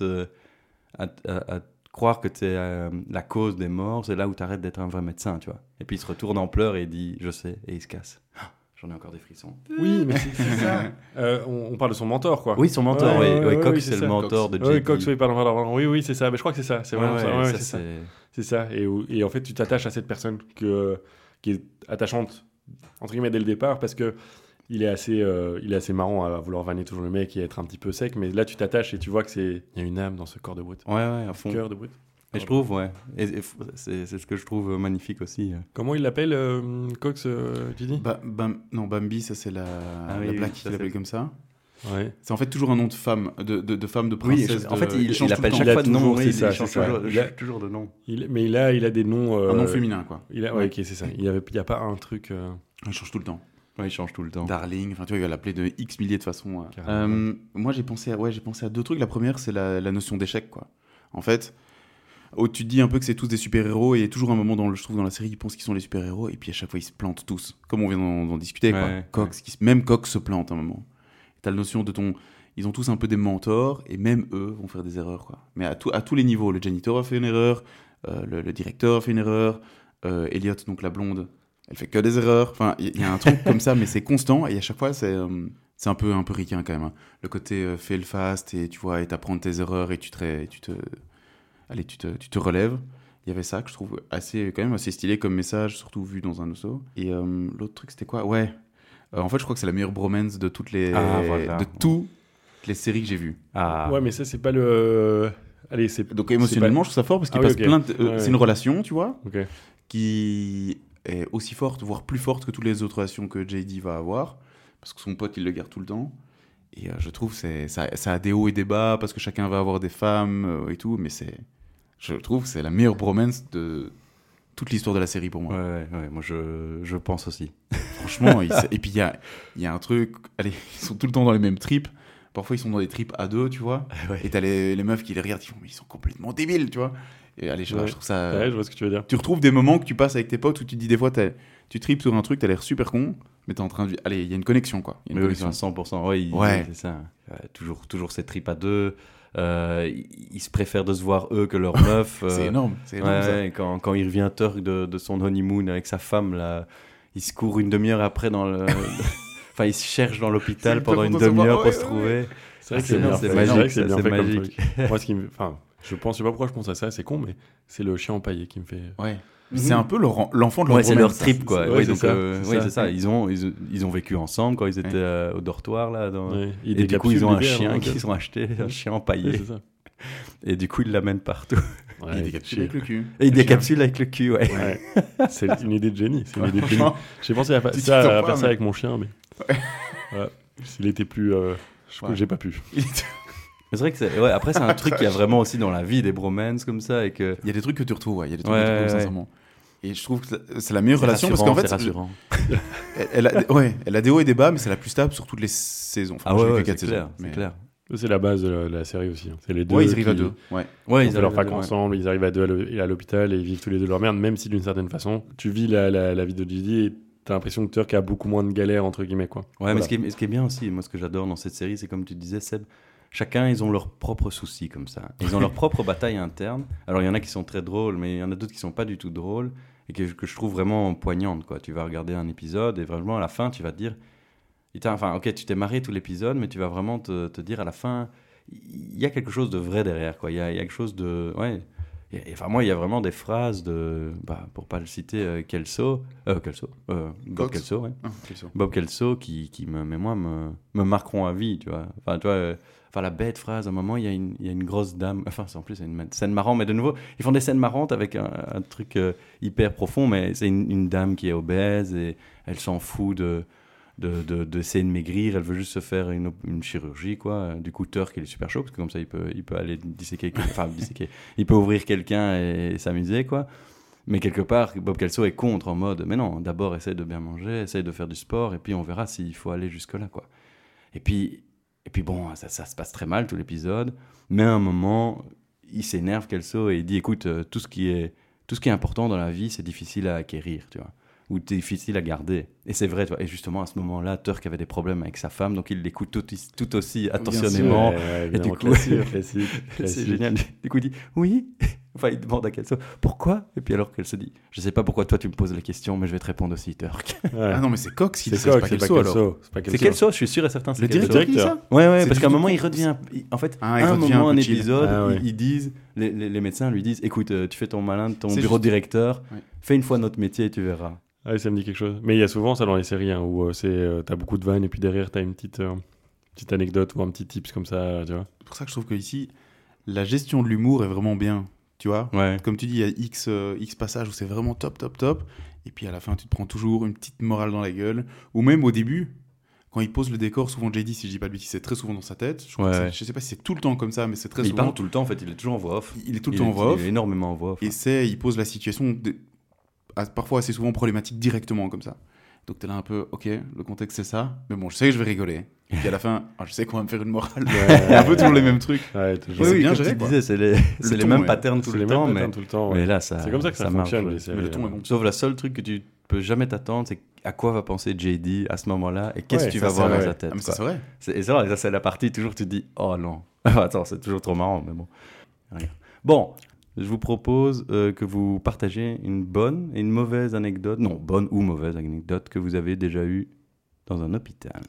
Speaker 4: croire que tu es la cause des morts, c'est là où tu arrêtes d'être un vrai médecin, tu vois. Et puis il se retourne en pleurs et il dit je sais, et il se casse. J'en ai encore des frissons.
Speaker 5: Oui, mais c'est ça. On parle de son mentor, quoi.
Speaker 4: Oui, son mentor, Cox, c'est le mentor de JD.
Speaker 5: Oui, Cox, oui, c'est ça. Mais je crois que c'est ça. C'est vraiment ça. C'est ça. Et en fait, tu t'attaches à cette personne qui est attachante, entre guillemets, dès le départ, parce que il est assez marrant à vouloir vanner toujours le mec et être un petit peu sec, mais là tu t'attaches et tu vois il y a une âme dans ce corps de brute.
Speaker 4: Ouais, à fond.
Speaker 5: Cœur de brute.
Speaker 4: Et je trouve, et c'est ce que je trouve magnifique aussi.
Speaker 5: Comment il l'appelle, Cox, Didi?
Speaker 6: Bambi, ça c'est la blague qui l'appelle comme ça.
Speaker 5: Ouais.
Speaker 6: C'est en fait toujours un nom de femme, de femme, de princesse.
Speaker 4: Oui, en fait, il appelle chaque fois de nom. Il change toujours de nom.
Speaker 5: Mais il a des noms...
Speaker 6: un nom féminin, quoi.
Speaker 5: Ok, c'est ça. Il n'y a pas un truc...
Speaker 6: Il change tout le temps.
Speaker 4: Ouais, il change tout le temps.
Speaker 6: Darling, enfin tu vois, il va l'appeler de X milliers de façons. Moi j'ai pensé à 2 trucs. La première, c'est la notion d'échec, quoi. En fait, tu te dis un peu que c'est tous des super-héros et il y a toujours un moment je trouve dans la série, ils pensent qu'ils sont les super-héros et puis à chaque fois ils se plantent tous. Comme on vient d'en discuter, quoi. Même Cox se plante un moment. T'as la notion ils ont tous un peu des mentors et même eux vont faire des erreurs, quoi. Mais à tous les niveaux. Le janitor a fait une erreur, le directeur a fait une erreur, Elliot, donc la blonde, elle fait que des erreurs. Enfin, il y a un truc comme ça, mais c'est constant. Et à chaque fois, c'est un peu ricain quand même. Hein. Le côté fais le fast et tu vois, et t'apprends de tes erreurs et tu te relèves. Il y avait ça que je trouve quand même assez stylé comme message, surtout vu dans un osso. Et l'autre truc, c'était quoi? Ouais. En fait, je crois que c'est la meilleure bromance de toutes les les séries que j'ai vues.
Speaker 5: Ouais, mais ça, c'est pas le... Allez,
Speaker 6: donc émotionnellement, je trouve ça fort parce qu'il passe plein de... C'est une relation, tu vois, qui est aussi forte, voire plus forte que toutes les autres relations que JD va avoir, parce que son pote, il le garde tout le temps. Et je trouve ça a des hauts et des bas, parce que chacun va avoir des femmes et tout, mais je trouve que c'est la meilleure bromance de toute l'histoire de la série pour moi.
Speaker 4: Ouais, moi je pense aussi.
Speaker 6: Franchement, et puis il y a un truc, allez, ils sont tout le temps dans les mêmes trips. Parfois, ils sont dans des trips à deux, tu vois.
Speaker 4: Ouais.
Speaker 6: Et t'as les meufs qui les regardent, ils font, mais ils sont complètement débiles, tu vois. Et allez, je trouve ça.
Speaker 5: Ouais, je vois ce que tu veux dire.
Speaker 6: Tu retrouves des moments que tu passes avec tes potes où tu te dis des fois, tu tripes sur un truc, t'as l'air super con, mais t'es en train de. Allez, il y a une connexion, quoi. Il y a une
Speaker 4: Oui,
Speaker 6: connexion.
Speaker 4: à 100%. Ouais, c'est ça. Toujours ces tripes à deux. Ils se préfèrent de se voir eux que leur meuf.
Speaker 6: C'est énorme. C'est énorme, ça.
Speaker 4: Ouais, quand il revient Turk de son honeymoon avec sa femme, là, il se court une demi-heure après dans le. Enfin, il se cherche dans l'hôpital pendant une demi-heure pour se trouver.
Speaker 5: C'est vrai que c'est bien
Speaker 4: c'est
Speaker 5: fait.
Speaker 4: magique,
Speaker 5: C'est bien
Speaker 4: c'est
Speaker 5: fait comme
Speaker 4: magique.
Speaker 5: truc. Moi, je sais pas pourquoi je pense à ça, c'est con, mais c'est le chien empaillé qui me fait.
Speaker 6: Ouais. C'est un peu l'enfant de leur
Speaker 4: Ouais, c'est
Speaker 6: roman,
Speaker 4: leur
Speaker 6: ça.
Speaker 4: trip, quoi.
Speaker 5: Ouais,
Speaker 4: Oui,
Speaker 5: c'est
Speaker 4: donc,
Speaker 5: ça,
Speaker 4: c'est ça. Ils ont vécu ensemble quand ils étaient au dortoir, là.
Speaker 5: Ouais.
Speaker 4: Et du coup, ils ont un chien
Speaker 5: hein,
Speaker 4: qu'ils ont acheté, un chien empaillé.
Speaker 5: Ouais, c'est ça.
Speaker 4: Et du coup, ils l'amènent partout.
Speaker 5: Ouais,
Speaker 6: Il décapsule avec le cul.
Speaker 4: Et il décapsule avec le cul, ouais.
Speaker 5: Ouais. C'est une idée de génie. C'est une idée de génie.
Speaker 6: Franchement,
Speaker 5: J'ai pensé à
Speaker 6: Tu t'y
Speaker 5: faire
Speaker 6: sens pas,
Speaker 5: ça
Speaker 6: mais-
Speaker 5: avec mon chien, mais. Voilà. S'il était plus. Je crois que j'ai pas pu.
Speaker 4: Mais c'est vrai que après, c'est un truc qu'il y a vraiment aussi dans la vie, des bromances comme ça. Et que...
Speaker 6: Il y a des trucs que tu retrouves, ouais. Il y a des trucs
Speaker 4: Ouais,
Speaker 6: que tu retrouves,
Speaker 4: ouais.
Speaker 6: sincèrement. Et je trouve que c'est la meilleure relation parce qu'en fait,
Speaker 4: c'est rassurant.
Speaker 6: elle a des hauts et des bas, mais c'est la plus stable sur toutes les saisons. Enfin,
Speaker 4: Ah
Speaker 6: moi, j'ai
Speaker 4: ouais,
Speaker 6: vu que 4
Speaker 4: c'est clair,
Speaker 6: saisons,
Speaker 4: c'est
Speaker 6: mais-
Speaker 4: clair.
Speaker 5: C'est la base de la série aussi. Hein. C'est les deux.
Speaker 6: Ouais, ils arrivent à
Speaker 5: qui-
Speaker 6: deux. Ouais.
Speaker 4: Ouais,
Speaker 5: Ils font leur fac
Speaker 4: ouais.
Speaker 5: ensemble, ils arrivent à deux à l'hôpital et ils vivent tous les deux leur merde, même si d'une certaine façon, tu vis la vie de Didi et t'as l'impression que Turk a beaucoup moins de galères, entre guillemets, quoi.
Speaker 4: Ouais,
Speaker 5: Voilà.
Speaker 4: mais ce qui est bien aussi, moi ce que j'adore dans cette série, c'est comme tu disais, Seb, chacun, ils ont leurs propres soucis comme ça. Ils ont leurs propres batailles internes. Alors il y en a qui sont très drôles, mais il y en a d'autres qui sont pas du tout drôles et que je trouve vraiment poignantes, quoi. Tu vas regarder un épisode et vraiment à la fin, tu vas te dire, enfin, ok, tu t'es marré tout l'épisode, mais tu vas vraiment te dire à la fin, il y a quelque chose de vrai derrière, quoi. Il y a quelque chose de, ouais. Enfin, moi, il y a vraiment des phrases de, pour pas le citer, Bob
Speaker 6: Cox.
Speaker 4: Kelso, ouais.
Speaker 6: Ah, quelle sorte.
Speaker 4: Bob Kelso qui me marqueront à vie, tu vois. Enfin, tu vois, la bête phrase, à un moment, il y a une grosse dame, enfin, en plus, c'est une scène marrante, mais de nouveau, ils font des scènes marrantes avec un truc hyper profond, mais c'est une dame qui est obèse et elle s'en fout d'essayer de maigrir, elle veut juste se faire une chirurgie, quoi. Du coup, Turk, il est super chaud, parce que comme ça, il peut aller disséquer, il peut ouvrir quelqu'un et s'amuser, quoi. Mais quelque part, Bob Kelso est contre, en mode, mais non, d'abord, essaye de bien manger, essaye de faire du sport, et puis on verra s'il faut aller jusque-là, quoi. Et puis bon, ça se passe très mal, tout l'épisode, mais à un moment, il s'énerve, Kelso, et il dit, écoute, tout ce qui est important dans la vie, c'est difficile à acquérir, tu vois, ou difficile à garder. Et c'est vrai, tu vois. Et justement, à ce moment-là, Turk avait des problèmes avec sa femme, donc il l'écoute tout aussi attentionnément.
Speaker 5: Et
Speaker 4: du coup,
Speaker 5: classique.
Speaker 4: c'est génial. Du coup, il dit oui. Enfin, il demande à Kelso pourquoi. Et puis alors qu'elle se dit, je sais pas pourquoi toi tu me poses la question, mais je vais te répondre aussi, Turk.
Speaker 6: Ah non, mais c'est Cox qui dit
Speaker 5: C'est
Speaker 6: ça,
Speaker 5: Cox,
Speaker 6: c'est pas Kelso alors.
Speaker 5: C'est pas
Speaker 4: C'est Kelso, je suis sûr et certain.
Speaker 6: Le
Speaker 4: C'est Kelso.
Speaker 6: directeur qui dit ça
Speaker 4: Ouais,
Speaker 6: C'est
Speaker 4: parce qu'à un
Speaker 6: juste
Speaker 4: moment,
Speaker 6: du
Speaker 4: il
Speaker 6: coup,
Speaker 4: redevient. En fait,
Speaker 6: Ah, il
Speaker 4: à un
Speaker 6: redevient
Speaker 4: moment,
Speaker 6: un
Speaker 4: un
Speaker 6: peu chill.
Speaker 4: épisode,
Speaker 5: Ah, ouais.
Speaker 4: ils disent, les médecins lui disent, écoute, tu fais ton malin de ton
Speaker 6: C'est
Speaker 4: bureau de
Speaker 6: juste-
Speaker 4: directeur,
Speaker 6: Ouais.
Speaker 4: fais une fois notre métier et tu verras.
Speaker 5: Ah oui, ça me dit quelque chose. Mais il y a souvent ça dans les séries hein, où t'as beaucoup de vannes et puis derrière t'as une petite anecdote ou un petit tips comme ça, tu vois.
Speaker 6: C'est pour ça que je trouve que ici, la gestion de l'humour est vraiment bien, tu vois.
Speaker 4: Ouais.
Speaker 6: Comme tu dis, il y a X passages où c'est vraiment top. Et puis à la fin, tu te prends toujours une petite morale dans la gueule. Ou même au début, quand il pose le décor, souvent JD, si je dis pas de bêtises, c'est très souvent dans sa tête. Je crois que
Speaker 4: Ouais.
Speaker 6: je sais pas si c'est tout le temps comme ça, mais c'est très
Speaker 4: Mais il
Speaker 6: souvent.
Speaker 4: parle tout le temps, en fait, il est toujours en voix off.
Speaker 6: Il est tout le temps en voix off.
Speaker 4: Il est énormément en voix off.
Speaker 6: Et il pose la situation parfois assez souvent problématique directement comme ça. Donc t'es là un peu, ok, le contexte c'est ça, mais bon, je sais que je vais rigoler. Et puis à la fin, je sais qu'on va me faire une morale. Il y a un peu toujours les mêmes trucs.
Speaker 5: Ouais, toujours.
Speaker 6: c'est bien
Speaker 4: comme
Speaker 6: géré,
Speaker 4: tu
Speaker 6: quoi.
Speaker 4: disais, c'est les
Speaker 6: ton,
Speaker 4: mêmes
Speaker 6: ouais.
Speaker 4: patterns tout
Speaker 5: C'est
Speaker 4: le
Speaker 5: les
Speaker 4: temps,
Speaker 5: mêmes
Speaker 4: mais,
Speaker 5: patterns tout le temps.
Speaker 4: mais
Speaker 5: Ouais.
Speaker 4: là, ça.
Speaker 5: C'est comme ça que ça
Speaker 4: marche.
Speaker 5: fonctionne.
Speaker 4: Ouais.
Speaker 5: les séries,
Speaker 6: Mais le ton est
Speaker 5: hein.
Speaker 6: bon.
Speaker 4: Sauf le seul truc que tu peux jamais t'attendre, c'est à quoi va penser JD à ce moment-là et qu'est-ce
Speaker 5: Ouais,
Speaker 4: que tu
Speaker 5: ça,
Speaker 4: vas voir
Speaker 5: c'est
Speaker 4: dans
Speaker 5: vrai.
Speaker 4: sa tête.
Speaker 6: Ah, mais ça
Speaker 4: quoi.
Speaker 6: c'est vrai.
Speaker 4: Et ça, c'est la partie toujours tu te dis oh non. Attends, c'est toujours trop marrant, mais bon. Rien. Bon, je vous propose que vous partagez une bonne et une mauvaise anecdote, non, bonne ou mauvaise anecdote que vous avez déjà eue dans un hôpital.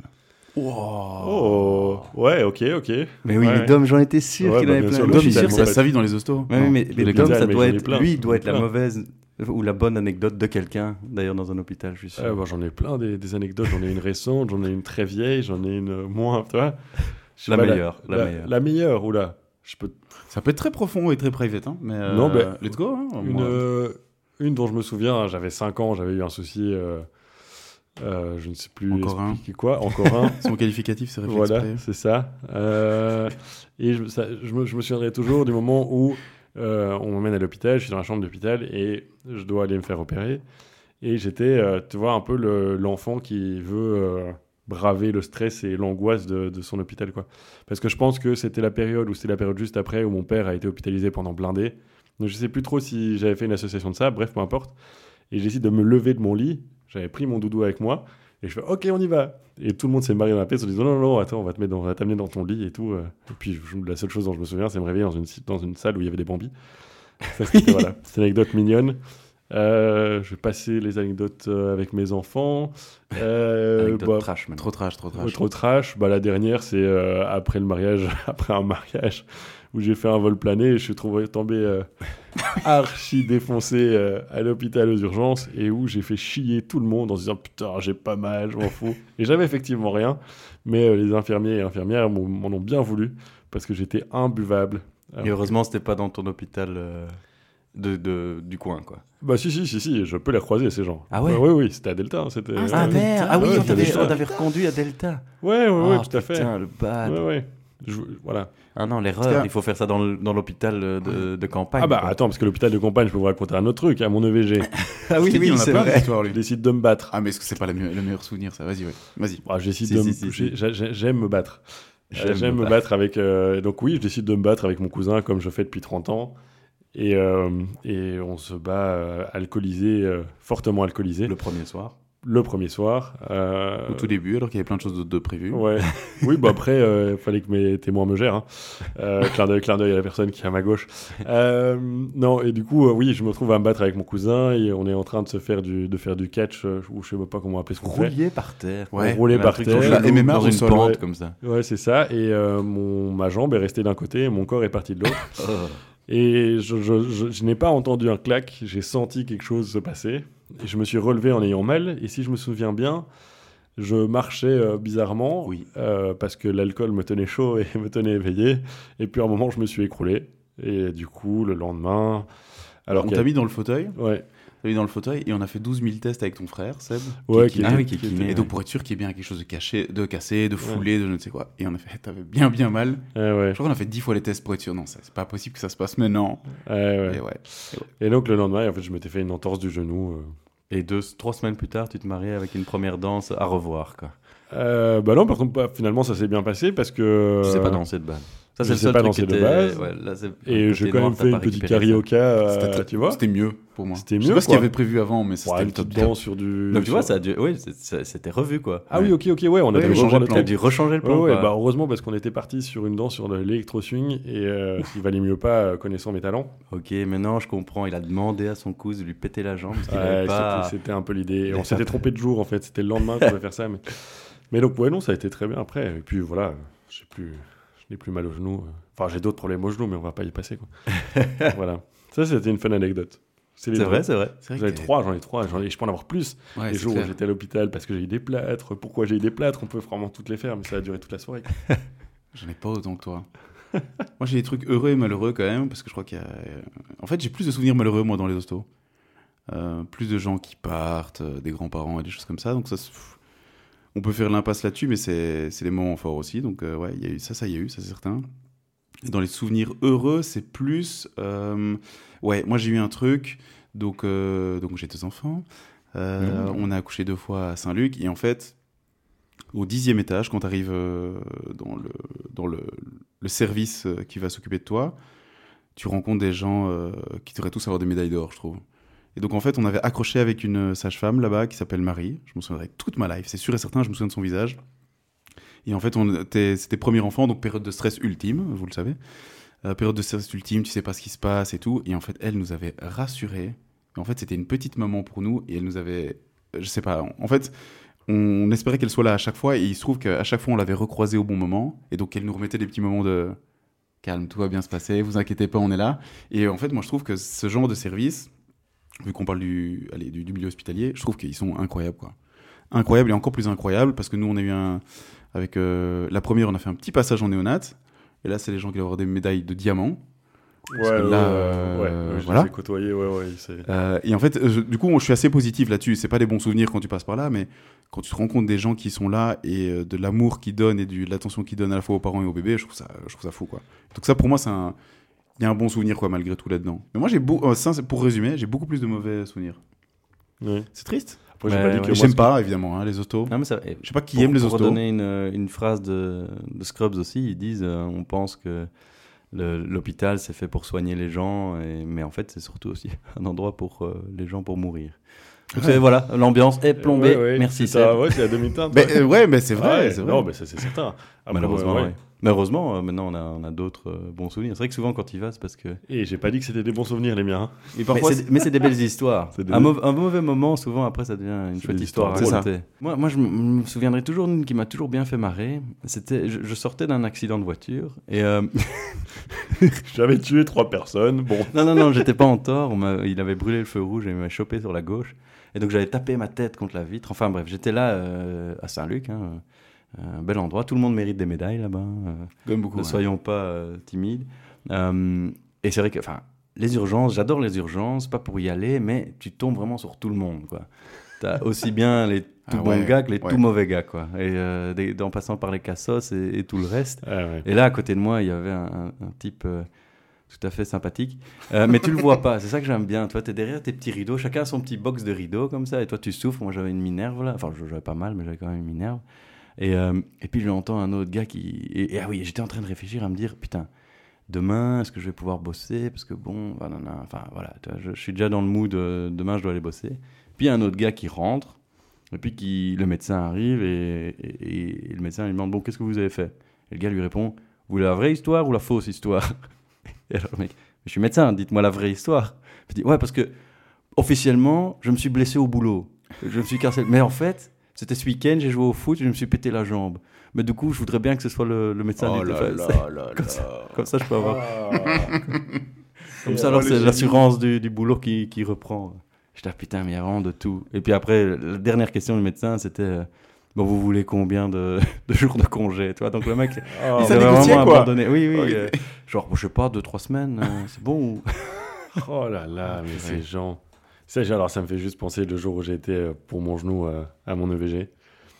Speaker 5: Oh, ouais, ok.
Speaker 4: Mais oui,
Speaker 5: Ouais.
Speaker 4: mais Dom, j'en étais sûr
Speaker 5: Ouais,
Speaker 4: qu'il
Speaker 5: bah,
Speaker 4: avait
Speaker 5: bien
Speaker 4: plein.
Speaker 5: sûr,
Speaker 4: Moi, je suis sûr
Speaker 5: l'hôpital,
Speaker 4: que
Speaker 6: Il
Speaker 4: c'est
Speaker 6: passe sa vie dans les hostos.
Speaker 4: Ouais, mais
Speaker 6: Je les
Speaker 4: Dom,
Speaker 6: connais.
Speaker 4: ça
Speaker 5: mais
Speaker 4: doit
Speaker 5: j'en ai
Speaker 4: être,
Speaker 5: plein.
Speaker 4: lui, doit être la
Speaker 5: Plein.
Speaker 4: mauvaise ou la bonne anecdote de quelqu'un, d'ailleurs, dans un hôpital, je suis sûr.
Speaker 5: Bah, j'en ai plein des anecdotes. J'en ai une récente, j'en ai une très vieille, j'en ai une moins, tu vois. Je sais
Speaker 4: La
Speaker 5: pas,
Speaker 4: meilleure, la meilleure.
Speaker 5: La meilleure, oula. Je peux
Speaker 6: Ça peut être très profond et très private, hein, mais
Speaker 5: Non, mais-
Speaker 6: let's go. Hein, moi.
Speaker 5: une dont je me souviens, hein, j'avais 5 ans, j'avais eu un souci, je ne sais plus
Speaker 6: Encore un.
Speaker 5: expliquer quoi, encore un.
Speaker 6: Son qualificatif, c'est réflexe
Speaker 5: Voilà,
Speaker 6: pré.
Speaker 5: c'est ça. Et je me souviendrai toujours du moment où On m'emmène à l'hôpital, je suis dans la chambre d'hôpital et je dois aller me faire opérer. Et j'étais, tu vois, un peu l'enfant qui veut braver le stress et l'angoisse de son hôpital, quoi. Parce que je pense que c'était la période juste après où mon père a été hospitalisé pendant blindé. Donc je sais plus trop si j'avais fait une association de ça, bref, peu importe. Et j'essaie de me lever de mon lit, j'avais pris mon doudou avec moi, et je fais « Ok, on y va !» Et tout le monde s'est marré dans la pièce en disant « Non, attends, on va t'amener dans ton lit et tout. » Et puis la seule chose dont je me souviens, c'est me réveiller dans une salle où il y avait des bambis. Ça, c'était, voilà, c'est une anecdote mignonne. Je vais passer les anecdotes avec mes enfants.
Speaker 4: Anecdote trash, même.
Speaker 6: Trop trash.
Speaker 5: Trop trash. La dernière, c'est après un mariage où j'ai fait un vol plané et je suis tombé archi défoncé à l'hôpital aux urgences et où j'ai fait chier tout le monde en se disant putain, j'ai pas mal, je m'en fous. Et j'avais effectivement rien, mais les infirmiers et infirmières m'en ont bien voulu parce que j'étais imbuvable.
Speaker 4: Et heureusement, c'était pas dans ton hôpital du coin, quoi.
Speaker 5: Si, je peux les recroiser, ces gens.
Speaker 4: Ah ouais?
Speaker 5: Oui, c'était à Delta. C'était,
Speaker 4: merde! Ah oui,
Speaker 5: ouais,
Speaker 4: on t'avait reconduit à Delta.
Speaker 5: Ouais, tout à fait.
Speaker 4: Putain, le bad.
Speaker 5: Ouais. Voilà.
Speaker 4: Ah non, l'erreur, il faut faire ça dans l'hôpital de campagne.
Speaker 5: Ah attends, parce que l'hôpital de campagne, je peux vous raconter un autre truc, à mon EVG.
Speaker 6: Ah oui, on a plein d'histoires, lui.
Speaker 5: Je décide de me battre.
Speaker 6: Ah, mais est-ce que c'est pas le meilleur souvenir, ça? Vas-y.
Speaker 5: J'aime me battre. J'aime me battre avec... Donc oui, je décide de me battre avec mon cousin, comme je fais depuis 30 ans. Et on se bat fortement alcoolisé.
Speaker 6: Le premier soir.
Speaker 5: Au
Speaker 6: tout début, alors qu'il y avait plein de choses de prévues.
Speaker 5: Ouais. Oui, après, il fallait que mes témoins me gèrent. Clin d'œil à la personne qui est à ma gauche. Non, et du coup, oui, je me retrouve à me battre avec mon cousin et on est en train de faire du catch, ou je sais pas comment appeler ce qu'on fait.
Speaker 4: Rouler par terre.
Speaker 6: Ouais.
Speaker 5: Rouler par terre.
Speaker 6: La MMA
Speaker 4: dans une
Speaker 6: sol,
Speaker 4: pente
Speaker 6: ouais.
Speaker 4: comme ça.
Speaker 5: Ouais, c'est ça. Et ma jambe est restée d'un côté et mon corps est parti de l'autre. Et je n'ai pas entendu un clac, j'ai senti quelque chose se passer. Et je me suis relevé en ayant mal. Et si je me souviens bien, je marchais bizarrement parce que l'alcool me tenait chaud et me tenait éveillé. Et puis à un moment, je me suis écroulé. Et du coup, le lendemain...
Speaker 6: On t'a mis dans le fauteuil.
Speaker 5: Ouais.
Speaker 6: T'as mis dans le fauteuil et on a fait 12 000 tests avec ton frère, Seb.
Speaker 5: Ouais,
Speaker 6: qui est kiné. Et donc pour être sûr qu'il y ait bien quelque chose de cassé, de foulé, de je ne sais quoi. Et on a fait, t'avais bien mal.
Speaker 5: Ouais.
Speaker 6: Je crois qu'on a fait 10 fois les tests pour être sûr. Non, c'est pas possible que ça se passe maintenant.
Speaker 5: Ouais. Et donc le lendemain, en fait, je m'étais fait une entorse du genou.
Speaker 4: Et 3 semaines plus tard, tu te mariais avec une première danse à revoir, quoi.
Speaker 5: Non, par contre, finalement, ça s'est bien passé parce que...
Speaker 4: Tu sais pas danser de base. Ça,
Speaker 5: je sais pas danser de base.
Speaker 4: Ouais, là,
Speaker 5: et j'ai quand même fait une petite carioca, tu vois.
Speaker 6: C'était mieux pour moi.
Speaker 5: C'était mieux.
Speaker 6: Je sais pas ce qu'il y avait prévu avant, mais c'était
Speaker 5: une petite danse sur du...
Speaker 4: Donc tu vois, ça a dû... Oui, c'était revu, quoi.
Speaker 5: Ah oui, ok, ouais, on a dû changer le plan.
Speaker 4: T'as dû rechanger le plan, quoi.
Speaker 5: Heureusement, parce qu'on était parti sur une danse sur l'électro-swing et il valait mieux pas, connaissant mes talents.
Speaker 4: Ok, maintenant je comprends. Il a demandé à son cousin de lui péter la jambe parce qu'il avait pas...
Speaker 5: C'était un peu l'idée. On s'était trompé de jour, en fait. C'était le lendemain qu'on devait faire ça, mais donc, ouais, non, ça a été très bien après. Et puis voilà, je n'ai plus mal au genou. Enfin, j'ai d'autres problèmes au genou, mais on va pas y passer, quoi. Voilà. Ça, c'était une fun anecdote.
Speaker 4: C'est vrai.
Speaker 5: J'en ai trois. Je peux en avoir plus.
Speaker 6: Ouais,
Speaker 5: les jours où j'étais à l'hôpital parce que j'ai eu des plâtres. Pourquoi j'ai eu des plâtres? On peut vraiment toutes les faire, mais ça a duré toute la soirée.
Speaker 6: J'en ai pas autant que toi. Moi, j'ai des trucs heureux et malheureux quand même, parce que je crois qu'il y a... En fait, j'ai plus de souvenirs malheureux, moi, dans les hostos. Plus de gens qui partent, des grands-parents et des choses comme ça. Donc ça... On peut faire l'impasse là-dessus, mais c'est des moments forts aussi. Donc, ouais, il y a eu ça, c'est certain. Et dans les souvenirs heureux, c'est plus... Ouais, moi, j'ai eu un truc. Donc j'ai 2 enfants. On a accouché 2 fois à Saint-Luc. Et en fait, au 10e étage, quand tu arrives dans le service qui va s'occuper de toi, tu rencontres des gens qui devraient tous avoir des médailles d'or, je trouve. Et donc, en fait, on avait accroché avec une sage-femme là-bas qui s'appelle Marie. Je me souviendrai toute ma life. C'est sûr et certain, je me souviens de son visage. Et en fait, c'était premier enfant, donc période de stress ultime, vous le savez. Période de stress ultime, tu sais pas ce qui se passe et tout. Et en fait, elle nous avait rassurés. En fait, c'était une petite maman pour nous. Et elle nous avait... Je sais pas. En fait, on espérait qu'elle soit là à chaque fois. Et il se trouve qu'à chaque fois, on l'avait recroisée au bon moment. Et donc, elle nous remettait des petits moments de... Calme, tout va bien se passer. Vous inquiétez pas, on est là. Et en fait, moi, je trouve que ce genre de service... Vu qu'on parle du milieu hospitalier, je trouve qu'ils sont incroyables, quoi. Incroyables et encore plus incroyables, parce que nous, on a eu avec la première, on a fait un petit passage en néonat, et là, c'est les gens qui doivent avoir des médailles de diamant.
Speaker 5: Ouais, je
Speaker 6: voilà.
Speaker 5: les ai côtoyés,
Speaker 6: et en fait, du coup, je suis assez positif là-dessus. C'est pas des bons souvenirs quand tu passes par là, mais quand tu te rends compte des gens qui sont là et de l'amour qu'ils donnent et de l'attention qu'ils donnent à la fois aux parents et aux bébés, je trouve ça fou, quoi. Donc ça, pour moi, il y a un bon souvenir, quoi, malgré tout là-dedans. Mais moi, ça, c'est pour résumer, j'ai beaucoup plus de mauvais souvenirs.
Speaker 5: Ouais.
Speaker 6: C'est triste.
Speaker 5: Après, j'ai pas dit que moi,
Speaker 6: J'aime pas, évidemment, les hostos.
Speaker 4: Non, mais ça,
Speaker 6: Je sais pas qui aime les
Speaker 4: Pour
Speaker 6: hostos.
Speaker 4: redonner une phrase de Scrubs aussi, ils disent on pense que l'hôpital c'est fait pour soigner les gens, mais en fait c'est surtout aussi un endroit pour les gens pour mourir. Donc voilà, l'ambiance est plombée. Merci
Speaker 5: c'est ça,
Speaker 4: Seb.
Speaker 5: ouais, c'est la demi-teinte.
Speaker 6: Mais c'est vrai. C'est vrai.
Speaker 5: Non, mais ça, c'est certain. Après,
Speaker 4: Malheureusement,
Speaker 5: ouais.
Speaker 4: ouais. Mais heureusement, maintenant on a d'autres bons souvenirs. C'est vrai que souvent quand il va, c'est parce que.
Speaker 5: Et j'ai pas dit que c'était des bons souvenirs, les miens.
Speaker 6: Et parfois,
Speaker 4: Mais c'est des belles histoires.
Speaker 5: C'est des-
Speaker 4: Un mauvais moment, souvent après ça devient une
Speaker 5: C'est
Speaker 4: chouette
Speaker 5: des
Speaker 4: histoire à
Speaker 5: histoires
Speaker 4: raconter. Moi je me souviendrai toujours d'une qui m'a toujours bien fait marrer. C'était, je sortais d'un accident de voiture et.
Speaker 5: J'avais tué 3 personnes. Bon.
Speaker 4: Non, j'étais pas en tort. Il avait brûlé le feu rouge et il m'a chopé sur la gauche. Et donc j'avais tapé ma tête contre la vitre. Enfin bref, j'étais là à Saint-Luc, un bel endroit. Tout le monde mérite des médailles là-bas.
Speaker 6: Comme beaucoup.
Speaker 4: Ne soyons pas timides. Et c'est vrai que, les urgences, j'adore les urgences, pas pour y aller, mais tu tombes vraiment sur tout le monde, quoi. T'as aussi bien les tout bons gars que les tout mauvais gars, quoi. Et en passant par les cassos et tout le reste.
Speaker 5: Ah, ouais.
Speaker 4: Et là, à côté de moi, il y avait un type tout à fait sympathique. Mais tu le vois pas, c'est ça que j'aime bien. Toi, t'es derrière tes petits rideaux, chacun a son petit box de rideaux comme ça, et toi, tu souffres. Moi, j'avais une minerve, là. Enfin, j'avais pas mal, mais j'avais quand même une minerve. Et puis, j'entends un autre gars qui... Et ah oui, j'étais en train de réfléchir à me dire, putain, demain, est-ce que je vais pouvoir bosser? Parce que bon, enfin, voilà, je suis déjà dans le mood, demain, je dois aller bosser. Puis, il y a un autre gars qui rentre, et puis le médecin arrive, et le médecin lui demande, bon, qu'est-ce que vous avez fait? Et le gars lui répond, vous voulez la vraie histoire ou la fausse histoire? Et alors le mec, je suis médecin, dites-moi la vraie histoire. Je dis, ouais, parce que officiellement, je me suis blessé au boulot. Je me suis cassé. Mais en fait, c'était ce week-end, j'ai joué au foot et je me suis pété la jambe. Mais du coup, je voudrais bien que ce soit le médecin
Speaker 6: Oh
Speaker 4: du
Speaker 6: là
Speaker 4: défense.
Speaker 6: là.
Speaker 4: Comme ça, je peux avoir. Comme
Speaker 5: Et
Speaker 4: ça, alors
Speaker 5: les
Speaker 4: c'est
Speaker 5: génies.
Speaker 4: l'assurance du boulot qui reprend. Je dis, ah, putain, mais il y a vraiment de tout. Et puis après, la dernière question du médecin, c'était bon, vous voulez combien de jours de congé, tu vois? Donc le mec,
Speaker 5: Oh,
Speaker 6: Il
Speaker 4: il
Speaker 6: s'est
Speaker 4: avait
Speaker 6: négocié,
Speaker 4: vraiment
Speaker 6: quoi.
Speaker 4: abandonné. Oui.
Speaker 6: Ouais.
Speaker 4: Genre, je sais pas, 2-3 semaines, c'est bon ou...
Speaker 5: oh là là, mais ces gens. Alors, ça me fait juste penser le jour où j'ai été pour mon genou à mon EVG.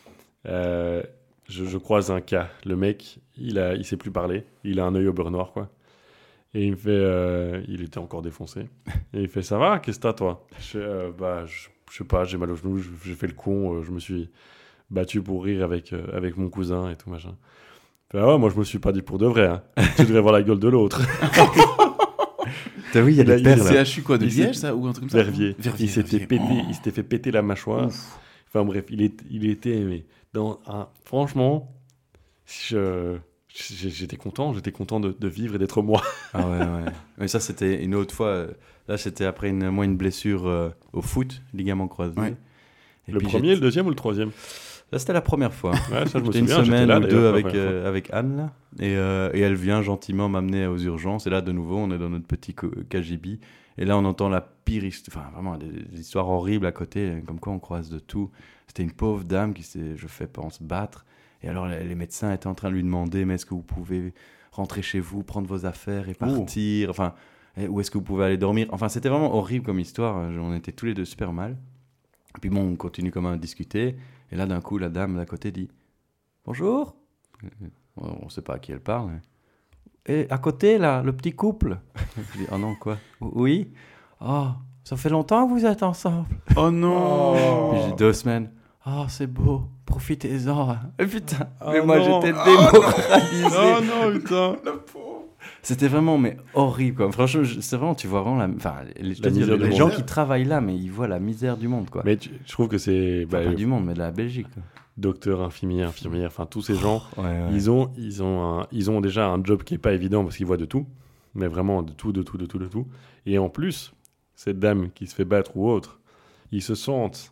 Speaker 5: Je croise un cas. Le mec, il sait plus parler. Il a un œil au beurre noir, quoi. Et il me fait... il était encore défoncé. Et il fait, ça va? Qu'est-ce que t'as, toi? Je sais pas, j'ai mal au genou, j'ai fait le con, je me suis battu pour rire avec mon cousin et tout, machin. Il fait, ah ouais, moi, je me suis pas dit pour de vrai, hein. Tu devrais voir la gueule de l'autre.
Speaker 4: Oui, il y a des perles.
Speaker 6: C'est CHU quoi, de
Speaker 5: Il s'est-
Speaker 6: Liège, ça? Ou un truc comme ça?
Speaker 5: Verviers.
Speaker 6: Verviers,
Speaker 5: Il s'était
Speaker 6: Verviers.
Speaker 5: pété, il s'était fait péter la mâchoire.
Speaker 6: Ouf.
Speaker 5: Enfin bref, il était mais dans un... Franchement, j'étais content de vivre et d'être moi.
Speaker 4: Ah ouais. Mais ça, c'était une autre fois. Là, c'était après une blessure au foot, ligament croisé.
Speaker 6: Ouais.
Speaker 4: Et
Speaker 5: Le
Speaker 4: puis
Speaker 5: premier, le deuxième ou le troisième?
Speaker 4: Là, c'était la première fois.
Speaker 5: Ouais, ça je me
Speaker 4: C'était une
Speaker 5: souviens. j'étais
Speaker 4: semaine
Speaker 5: là,
Speaker 4: ou deux
Speaker 5: d'ailleurs, la
Speaker 4: avec,
Speaker 5: première fois.
Speaker 4: avec Anne, là. Et elle vient gentiment m'amener aux urgences. Et là, de nouveau, on est dans notre petit KGB. Et là, on entend la pire histoire, enfin vraiment des histoires horribles à côté, comme quoi on croise de tout. C'était une pauvre dame qui s'est, je pense, battre. Et alors, les médecins étaient en train de lui demander, mais est-ce que vous pouvez rentrer chez vous, prendre vos affaires et partir? Enfin, où est-ce que vous pouvez aller dormir? Enfin, c'était vraiment horrible comme histoire. On était tous les deux super mal. Et puis bon, on continue quand même à discuter. Et là, d'un coup, la dame d'à côté dit « Bonjour ». On ne sait pas à qui elle parle. Et à côté, là, le petit couple. Je dis « Oh non, quoi? Oui? Oh, ça fait longtemps que vous êtes ensemble? »
Speaker 6: Oh non.
Speaker 4: Puis j'ai 2 semaines. « Oh, c'est beau, profitez-en. » Et putain,
Speaker 5: Oh
Speaker 4: mais moi,
Speaker 5: non.
Speaker 4: j'étais démoralisé.
Speaker 5: Oh non, putain.
Speaker 4: C'était vraiment mais horrible, quoi. Franchement, c'est vraiment, tu vois vraiment
Speaker 5: misère du
Speaker 4: les
Speaker 5: monde.
Speaker 4: gens qui travaillent là, mais ils voient la misère du monde, quoi.
Speaker 5: Mais je trouve que c'est...
Speaker 4: Enfin, pas du monde, mais de la Belgique, quoi.
Speaker 5: Docteur, infirmière, enfin tous ces gens,
Speaker 4: Ouais.
Speaker 5: ils ont déjà un job qui est pas évident parce qu'ils voient de tout, mais vraiment de tout. Et en plus, cette dame qui se fait battre ou autre, ils se sentent,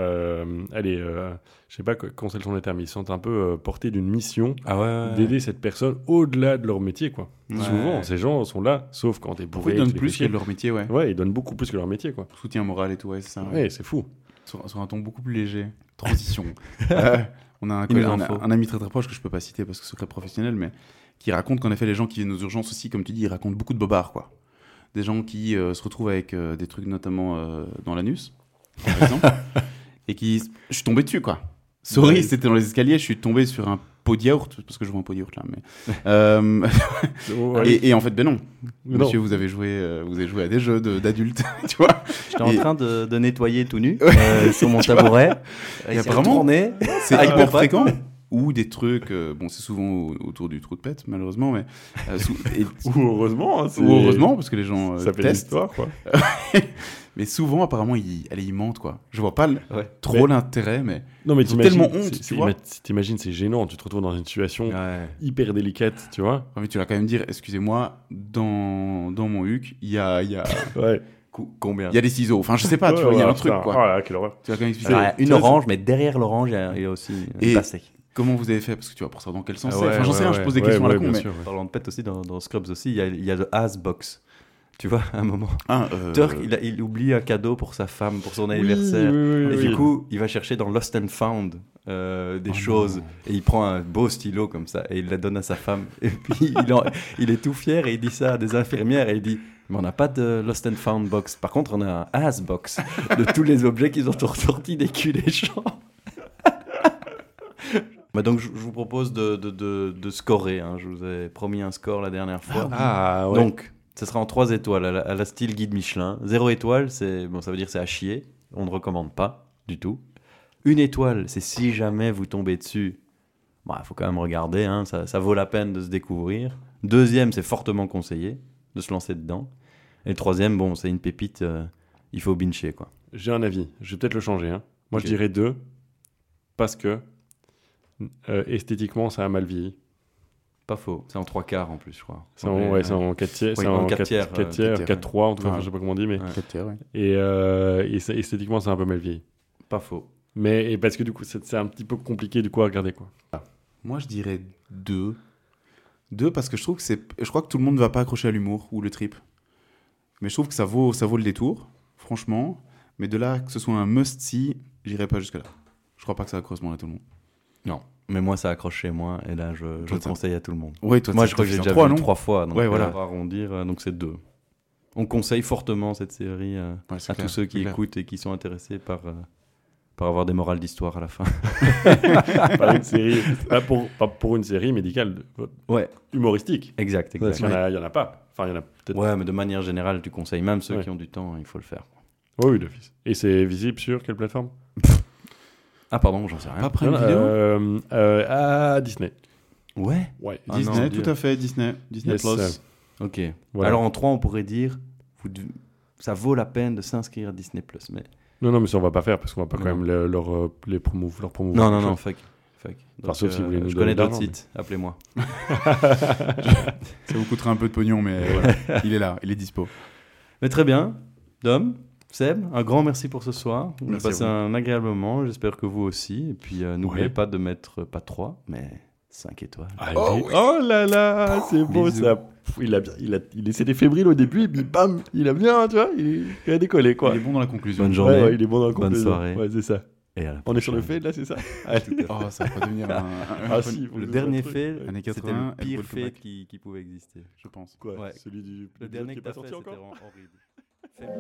Speaker 5: je sais pas comment c'est le son des termes, ils se sentent un peu portés d'une mission
Speaker 4: Ah ouais.
Speaker 5: d'aider cette personne au-delà de leur métier, quoi.
Speaker 6: Ouais.
Speaker 5: Souvent, ces gens sont là, sauf quand t'es
Speaker 6: Pourquoi
Speaker 5: bourré.
Speaker 6: ils donnent
Speaker 5: tu les
Speaker 6: plus
Speaker 5: fais
Speaker 6: que
Speaker 5: chier.
Speaker 6: leur métier, ouais.
Speaker 5: Ouais, ils donnent beaucoup plus que leur métier, quoi.
Speaker 6: Soutien moral et tout, ouais, c'est ça.
Speaker 5: Ouais, c'est fou.
Speaker 6: Sur un ton beaucoup plus léger. Transition. On a
Speaker 4: Il nous en faut.
Speaker 6: un ami très très proche que je peux pas citer parce que c'est secret professionnel, mais qui raconte qu'en effet les gens qui viennent aux urgences aussi, comme tu dis, ils racontent beaucoup de bobards, quoi. Des gens qui se retrouvent avec des trucs notamment dans l'anus, par exemple, et qui... Je suis tombé dessus, quoi. Sorry,
Speaker 5: Ouais.
Speaker 6: c'était dans les escaliers, je suis tombé sur un pot de yaourt, parce que je vois un pot de yaourt là. Mais,
Speaker 5: Ouais.
Speaker 6: et en fait, ben non.
Speaker 5: Non.
Speaker 6: Monsieur, vous avez joué à des jeux d'adultes, tu vois.
Speaker 4: J'étais en
Speaker 6: Et-
Speaker 4: train de nettoyer tout nu sur mon tabouret.
Speaker 6: Il y a
Speaker 4: s'est
Speaker 6: vraiment-
Speaker 4: retourné.
Speaker 6: C'est
Speaker 4: Avec
Speaker 6: hyper
Speaker 4: mon pote.
Speaker 6: fréquent. Ou des trucs, bon, c'est souvent autour du trou de pète, malheureusement, mais.
Speaker 5: Ou heureusement. Hein,
Speaker 6: ou heureusement, parce que les gens
Speaker 5: Ça fait
Speaker 6: testent.
Speaker 5: l'histoire, quoi.
Speaker 6: Mais souvent, apparemment, ils mentent, quoi. Je vois pas
Speaker 4: Ouais.
Speaker 6: trop l'intérêt, mais.
Speaker 5: Non, mais
Speaker 6: Ils ont
Speaker 5: t'imagines,
Speaker 6: tellement honte, tu vois.
Speaker 5: t'imagines, c'est gênant. Tu te retrouves dans une situation
Speaker 4: Ouais.
Speaker 5: hyper délicate, tu vois.
Speaker 6: Ah, mais tu vas quand même dire, excusez-moi, dans mon huc, il y a
Speaker 5: Ouais.
Speaker 4: Combien?
Speaker 6: il y a des ciseaux. Enfin, je sais pas, tu vois, il y a un truc, quoi.
Speaker 5: Oh là, quelle horreur.
Speaker 6: Tu vas quand même expliquer.
Speaker 4: Alors, il y a une
Speaker 5: ça,
Speaker 4: orange, mais derrière l'orange, il y a aussi
Speaker 6: Et-
Speaker 4: une pastèque.
Speaker 6: Comment vous avez fait? Parce que tu vas pour ça dans quel sens
Speaker 4: Ah
Speaker 6: c'est.
Speaker 4: ouais,
Speaker 6: Enfin, j'en sais rien, je pose des questions à la con,
Speaker 5: bien
Speaker 6: mais.
Speaker 5: sûr, ouais.
Speaker 4: Parlant de pète aussi, dans Scrubs aussi, il y a le As Box. Tu vois, à un moment.
Speaker 6: Ah,
Speaker 4: Turk, il oublie un cadeau pour sa femme, pour son
Speaker 5: Oui,
Speaker 4: anniversaire.
Speaker 5: oui,
Speaker 4: Et
Speaker 5: oui.
Speaker 4: du coup, il va chercher dans Lost and Found des choses. Et il prend un beau stylo comme ça et il la donne à sa femme. Et puis, il est tout fier et il dit ça à des infirmières. Et il dit, mais on n'a pas de Lost and Found box. Par contre, on a un As Box de tous les objets qu'ils ont sortis des culs des gens. Bah donc, je vous propose de scorer. Hein. Je vous ai promis un score la dernière fois.
Speaker 5: Ah, ouais.
Speaker 4: Donc, ce sera en 3 étoiles à la style guide Michelin. 0 étoile, bon, ça veut dire c'est à chier. On ne recommande pas du tout. 1 étoile, c'est si jamais vous tombez dessus. Il faut quand même regarder, hein, ça vaut la peine de se découvrir. 2e, c'est fortement conseillé de se lancer dedans. Et le 3e, bon, c'est une pépite, il faut bincher, quoi.
Speaker 5: J'ai un avis. Je vais peut-être le changer. Hein. Moi,
Speaker 4: Ok.
Speaker 5: je dirais 2. Parce que esthétiquement, ça a mal vieilli.
Speaker 4: Pas faux. C'est en 3/4 en plus, je crois.
Speaker 5: C'est en 4 tiers.
Speaker 4: Oui,
Speaker 5: c'est
Speaker 4: en
Speaker 5: en
Speaker 4: 4
Speaker 5: 4
Speaker 4: tiers,
Speaker 5: 4 tiers, 4-3, en tout cas,
Speaker 6: Ouais.
Speaker 5: je sais pas comment on dit, mais.
Speaker 4: Ouais.
Speaker 6: Peut-être, ouais.
Speaker 5: Et esthétiquement, c'est un peu mal vieilli.
Speaker 4: Pas faux.
Speaker 5: Mais et parce que du coup, c'est un petit peu compliqué du coup à regarder, quoi.
Speaker 6: Moi, je dirais 2. 2 parce que je trouve que je crois que tout le monde ne va pas accrocher à l'humour ou le trip. Mais je trouve que ça vaut le détour, franchement. Mais de là que ce soit un must-see, j'irai pas jusque-là. Je crois pas que ça va correspondre à tout le monde.
Speaker 4: Non. Mais moi, ça accroche chez moi. Et là, je le conseille à tout le monde.
Speaker 6: Ouais, toi,
Speaker 4: Moi, je crois que j'ai déjà vu 3 fois. Donc,
Speaker 6: Ouais, voilà.
Speaker 4: on va arrondir, donc c'est 2. On conseille fortement cette série
Speaker 6: Ouais, c'est
Speaker 4: à
Speaker 6: clair,
Speaker 4: tous ceux qui
Speaker 6: c'est clair.
Speaker 4: écoutent et qui sont intéressés par avoir des morales d'histoire à la fin.
Speaker 5: Pas une série, pas pour une série médicale
Speaker 4: Ouais,
Speaker 5: humoristique.
Speaker 4: exact.
Speaker 5: Parce qu'il y en a pas. Enfin, il y en a peut-être.
Speaker 4: Ouais, mais de manière générale, tu conseilles même ceux
Speaker 5: Ouais.
Speaker 4: qui ont du temps, il faut le faire.
Speaker 5: Ouais, oui, d'office. Et c'est visible sur quelle plateforme?
Speaker 4: Ah, pardon, j'en sais rien.
Speaker 6: Pas Prime
Speaker 5: Non,
Speaker 6: Vidéo
Speaker 5: à Disney.
Speaker 4: Ouais.
Speaker 5: Ouais.
Speaker 4: Ah
Speaker 6: Disney,
Speaker 4: non,
Speaker 6: tout
Speaker 4: Dieu.
Speaker 6: à fait, Disney
Speaker 5: Yes,
Speaker 6: Plus.
Speaker 4: Ok.
Speaker 5: Voilà.
Speaker 4: Alors en 3, on pourrait dire, ça vaut la peine de s'inscrire à Disney+. Mais...
Speaker 5: Non, mais ça on va pas faire parce qu'on va pas quand
Speaker 4: Non.
Speaker 5: même leur promouvoir.
Speaker 4: Non, fuck. Donc,
Speaker 5: sauf si vous voulez nous
Speaker 4: je
Speaker 5: donner
Speaker 4: connais
Speaker 5: de
Speaker 4: d'autres
Speaker 5: l'argent,
Speaker 4: sites, appelez-moi.
Speaker 6: Ça vous coûtera un peu de pognon, mais voilà, il est là, il est dispo.
Speaker 4: Mais très bien, Dom, Seb, un grand merci pour ce soir. On a
Speaker 6: Merci
Speaker 4: passé
Speaker 6: à vous.
Speaker 4: un agréable moment, j'espère que vous aussi. Et puis n'oubliez
Speaker 5: Ouais.
Speaker 4: pas de mettre, pas 3, mais 5 étoiles.
Speaker 5: Allez. Oh là là, c'est beau
Speaker 4: bisous.
Speaker 5: ça. Il était fébrile au début et puis bam, il a bien, tu vois, il a décollé quoi.
Speaker 6: Il est bon dans la conclusion.
Speaker 4: Bonne journée.
Speaker 5: Ouais, il est bon dans la
Speaker 4: Bonne
Speaker 5: conclusion.
Speaker 4: soirée.
Speaker 5: Ouais, c'est ça.
Speaker 4: Et à la
Speaker 5: On est sur le
Speaker 4: prochaine.
Speaker 5: fait là, c'est ça. Allez.
Speaker 6: Oh, ça va pas devenir un...
Speaker 5: Ah si, faut
Speaker 4: Le
Speaker 5: nous
Speaker 4: dernier
Speaker 5: faire un truc.
Speaker 4: fait,
Speaker 6: Années
Speaker 4: c'était
Speaker 6: 80,
Speaker 4: le pire
Speaker 6: Apple
Speaker 4: fait
Speaker 6: Comeback.
Speaker 4: qui pouvait exister.
Speaker 6: Je pense.
Speaker 5: Quoi
Speaker 4: Ouais.
Speaker 5: Celui du
Speaker 4: Le dernier
Speaker 5: qui
Speaker 4: que
Speaker 5: est pas
Speaker 4: t'as fait,
Speaker 5: sorti
Speaker 4: c'était
Speaker 5: encore.
Speaker 4: horrible. Fais mieux.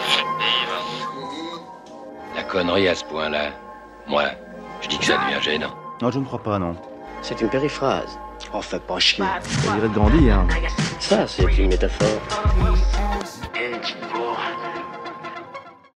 Speaker 1: La connerie à ce point-là, moi, je dis que ça devient gênant.
Speaker 2: Non, je ne crois pas, non.
Speaker 3: C'est une périphrase. Oh, fais pas chier.
Speaker 2: Ça dirait de grandir. Hein.
Speaker 3: Ça, c'est une métaphore.